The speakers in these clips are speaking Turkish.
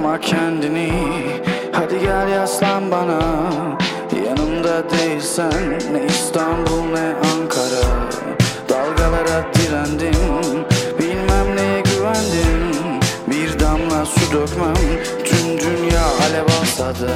yorma kendini, hadi gel yaslan bana. Yanımda değilsen ne İstanbul ne Ankara. Dalgalara direndim, bilmem neye güvendim. Bir damla su dökmem, tüm dünya alev alsa da.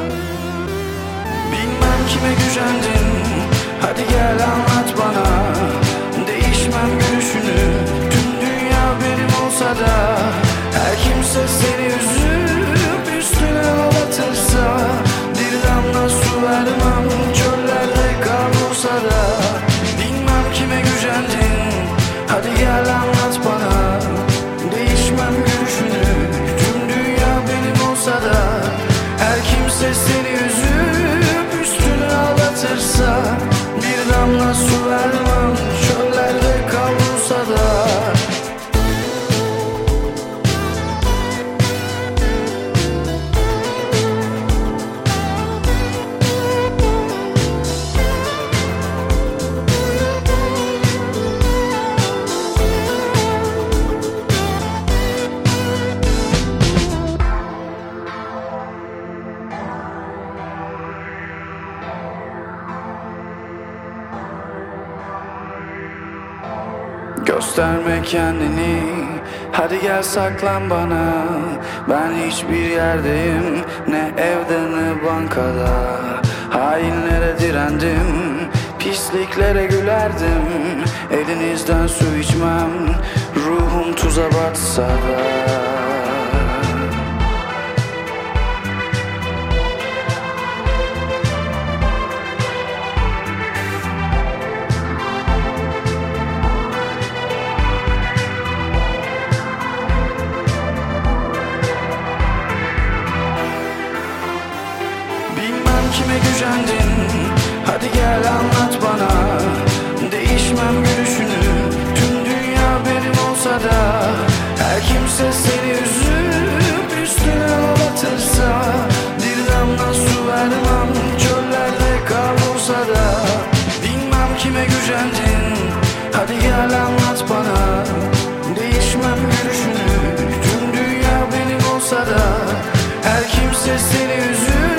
Bilmem kime gücendin, hadi gel anlat bana. Değişmem gülüşünü, tüm dünya benim olsa da. Her kimse seni üzüp üstüne ağlatırsa, bir damla su vermem, çöllerde kar olsa da. Bilmem kime gücendin, hadi gel anlat bana. Değişmem gülüşünü, tüm dünya benim olsa da. Her kimse seni üzüp üstüne ağlatırsa, bir damla su vermem, çöllerde kavrulsa da. Gösterme kendini, hadi gel saklan bana. Ben hiçbir yerdeyim, ne evde ne bankada. Hainlere direndim, pisliklere gülerdim. Elinizden su içmem, ruhum tuza batsa da. Kime gücendin, hadi gel anlat bana. Değişmem gülüşünü, tüm dünya benim olsa da. Her kimse seni üzüp üstüne ağlatırsa, bir damla su vermem, çöllerde kar olsa da. Bilmem kime gücendin, hadi gel anlat bana. Değişmem gülüşünü, tüm dünya benim olsa da. Her kimse seni üzüp